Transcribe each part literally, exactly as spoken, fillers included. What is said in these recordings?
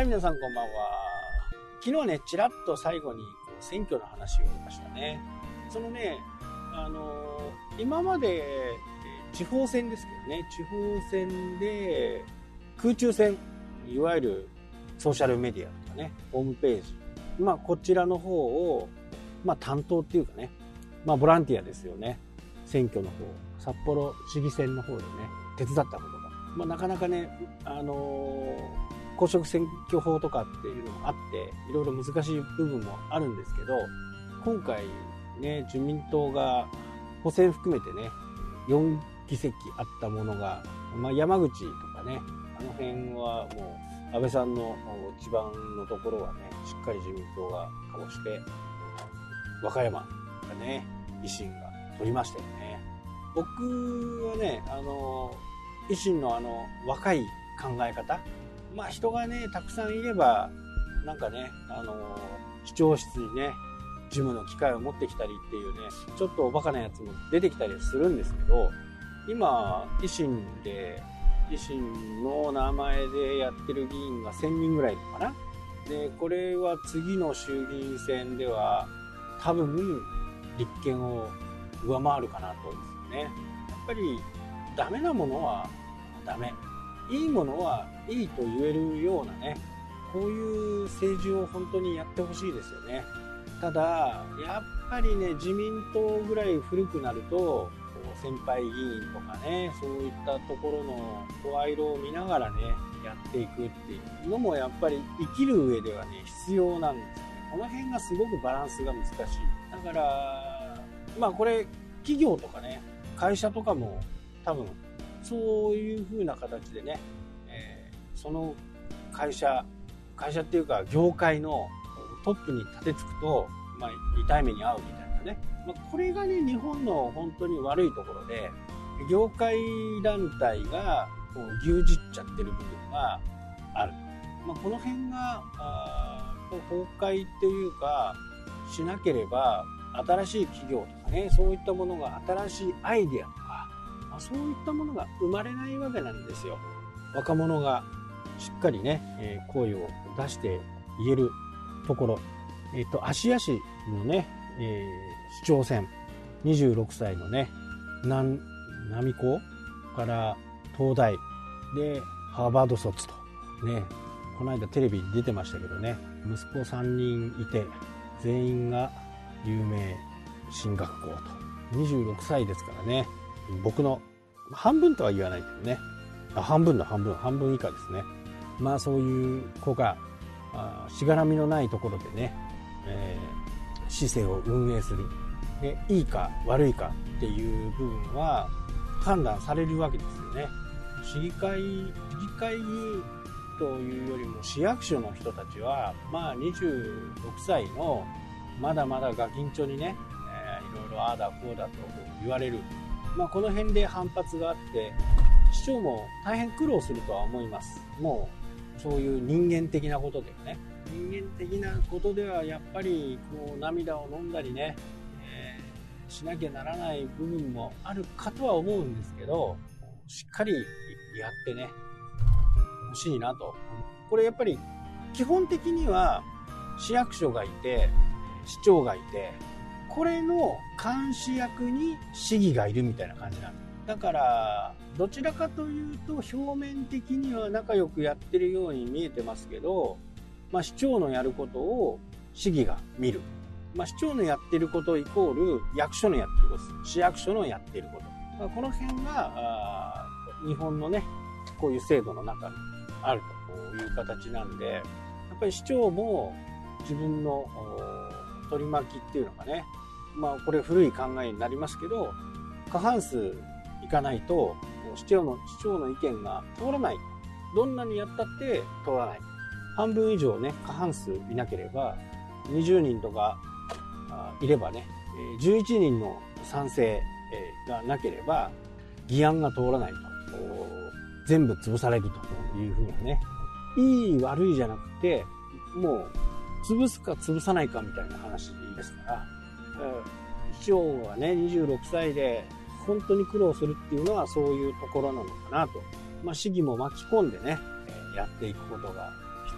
、皆さんこんばんは。昨日ね、ちらっと最後に選挙の話をしましたね。そのね、あのー、今まで地方選ですけどね、地方選で空中戦、いわゆるソーシャルメディアとかね、ホームページ、まあこちらの方を、まあ担当っていうかね、まあボランティアですよね。選挙の方、札幌市議選の方でね、手伝ったことが、まあなかなかね、あのー、公職選挙法とかっていうのもあっていろいろ難しい部分もあるんですけど、今回ね自民党が補選含めてねよんぎせきあったものが、まあ、山口とかねあの辺はもう安倍さんの地盤のところはねしっかり自民党がかわして、和歌山がね維新が取りましたよね。僕はねあの維新のあの若い考え方、まあ人がねたくさんいればなんかねあの市長室にね事務の機械を持ってきたりっていうねちょっとおバカなやつも出てきたりするんですけど、今維新で維新の名前でやってる議員がせんにんぐらいいるのかな。でこれは次の衆議院選では多分立憲を上回るかなとですよね。やっぱりダメなものはダメ、いいものはいいと言えるようなね、こういう政治を本当にやってほしいですよね。ただやっぱりね自民党ぐらい古くなると先輩議員とかねそういったところの声色を見ながらねやっていくっていうのもやっぱり生きる上ではね必要なんですよね。この辺がすごくバランスが難しい。だからまあこれ企業とかね会社とかも多分そういう風な形でね、えー、その会社会社っていうか業界のトップに立てつくと、まあ、痛い目に遭うみたいなね、まあ、これがね日本の本当に悪いところで、業界団体がこう牛耳っちゃってる部分がある、まあ、この辺があ崩壊っていうかしなければ新しい企業とかねそういったものが新しいアイデアとかそういったものが生まれないわけなんですよ。若者がしっかりね、えー、声を出して言えるところ、えっと芦屋市のね、えー、市長選にじゅうろくさいのね南波高から東大でハーバード卒とね、この間テレビに出てましたけどね、息子さんにんいて全員が有名進学校と、にじゅうろくさいですからね、僕の半分とは言わないけどね、あ半分の半分半分以下ですね。まあそういう子があしがらみのないところでね、えー、市政を運営するでいいか悪いかっていう部分は判断されるわけですよね。市議会市議会議員というよりも市役所の人たちはまあにじゅうろくさいのまだまだガキンチョにね、えー、いろいろああだこうだと言われる、まあ、この辺で反発があって市長も大変苦労するとは思います。もうそういう人間的なことでね、人間的なことではやっぱりこう涙を飲んだりね、えー、しなきゃならない部分もあるかとは思うんですけど、しっかりやってね欲しいなと。これやっぱり基本的には市役所がいて市長がいて、これの監視役に市議がいるみたいな感じなんです。だからどちらかというと表面的には仲良くやってるように見えてますけど、まあ、市長のやることを市議が見る、まあ、市長のやってることイコール役所のやってること、市役所のやってること、まあ、この辺が日本のねこういう制度の中にあるという形なんで、やっぱり市長も自分の取り巻きっていうのがね、まあこれ古い考えになりますけど、過半数いかないと市長の市長の意見が通らない。どんなにやったって通らない。半分以上ね過半数いなければにじゅうにんとかいればねじゅういちにんの賛成がなければ議案が通らないと、全部潰されるというふうなね、いい悪いじゃなくてもう潰すか潰さないかみたいな話ですから、市長はねにじゅうろくさいで本当に苦労するっていうのはそういうところなのかなと、まあ、市議も巻き込んでねやっていくことが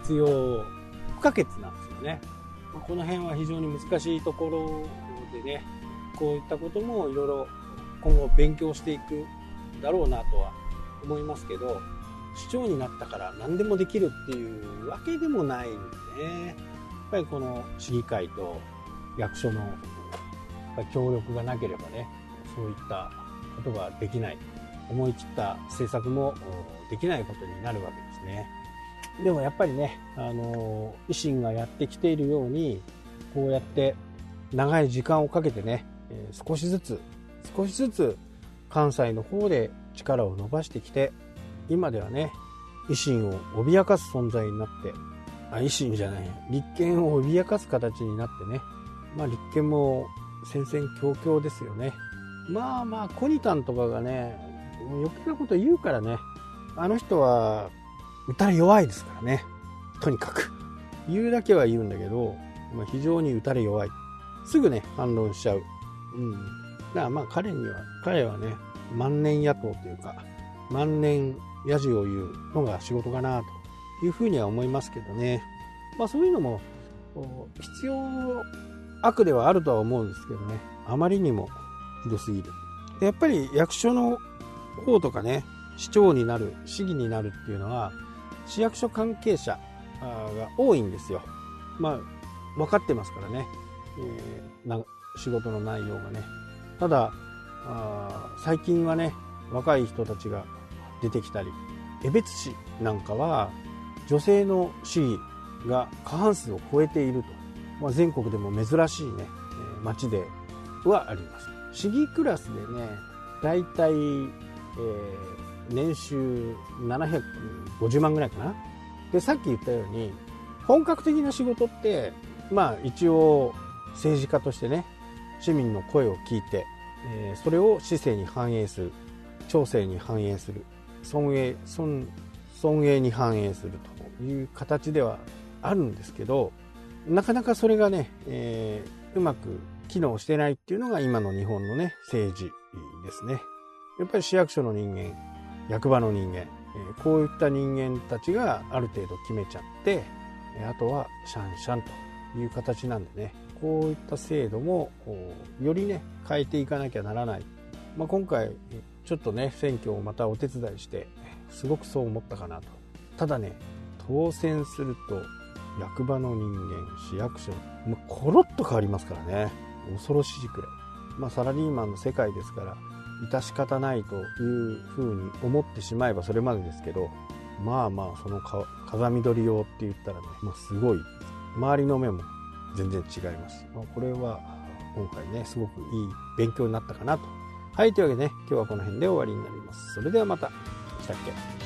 必要不可欠なんですよね。この辺は非常に難しいところでね、こういったこともいろいろ今後勉強していくだろうなとは思いますけど、市長になったから何でもできるっていうわけでもないんでね、やっぱりこの市議会と役所のやっぱり協力がなければね、そういったことができない、思い切った政策もできないことになるわけですね。でもやっぱりね、あの維新がやってきているように、こうやって長い時間をかけてね、えー、少しずつ少しずつ関西の方で力を伸ばしてきて、今ではね、維新を脅かす存在になって、あ、維新じゃない、立憲を脅かす形になってね、まあ立憲も戦々恐々ですよね。まあまあコニタンとかがね、余計なこと言うからね、あの人は歌弱いですからね。とにかく言うだけは言うんだけど、まあ、非常に打たれ弱い、すぐね反論しちゃう。うん、だからまあ彼には彼はね、万年野党というか万年やじを言うのが仕事かなというふうには思いますけどね。まあそういうのも必要悪ではあるとは思うんですけどね、あまりにもひどすぎる。でやっぱり役所の方とかね、市長になる、市議になるっていうのは市役所関係者が多いんですよ。まあ分かってますからね、えー、な仕事の内容がね。ただあ最近はね、若い人たちが出てきたり、江別市なんかは女性の市議が過半数を超えていると、まあ、全国でも珍しいね、えー、町ではあります。市議クラスでね、だいたい、えー、年収ななひゃくごじゅうまんぐらいかな。でさっき言ったように本格的な仕事ってまあ一応政治家としてね、市民の声を聞いて、えー、それを市政に反映する、町政に反映する、尊営尊尊営に反映するという形ではあるんですけど、なかなかそれがね、えー、うまく機能してないっていうのが今の日本のね政治ですね。やっぱり市役所の人間、役場の人間、えー、こういった人間たちがある程度決めちゃって、あとはシャンシャンという形なんでね、こういった制度もよりね変えていかなきゃならない。まあ、今回ちょっとね選挙をまたお手伝いしてすごくそう思ったかなと。ただね、当選すると役場の人間、市役所もうコロッと変わりますからね、恐ろしいくらい。まあサラリーマンの世界ですから致し方ないというふうに思ってしまえばそれまでですけど、まあまあそのか風見鶏用って言ったらね、まあ、すごい周りの目も全然違います。まあ、これは今回ねすごくいい勉強になったかなと。はい、というわけでね、今日はこの辺で終わりになります。それではまた。したっけ。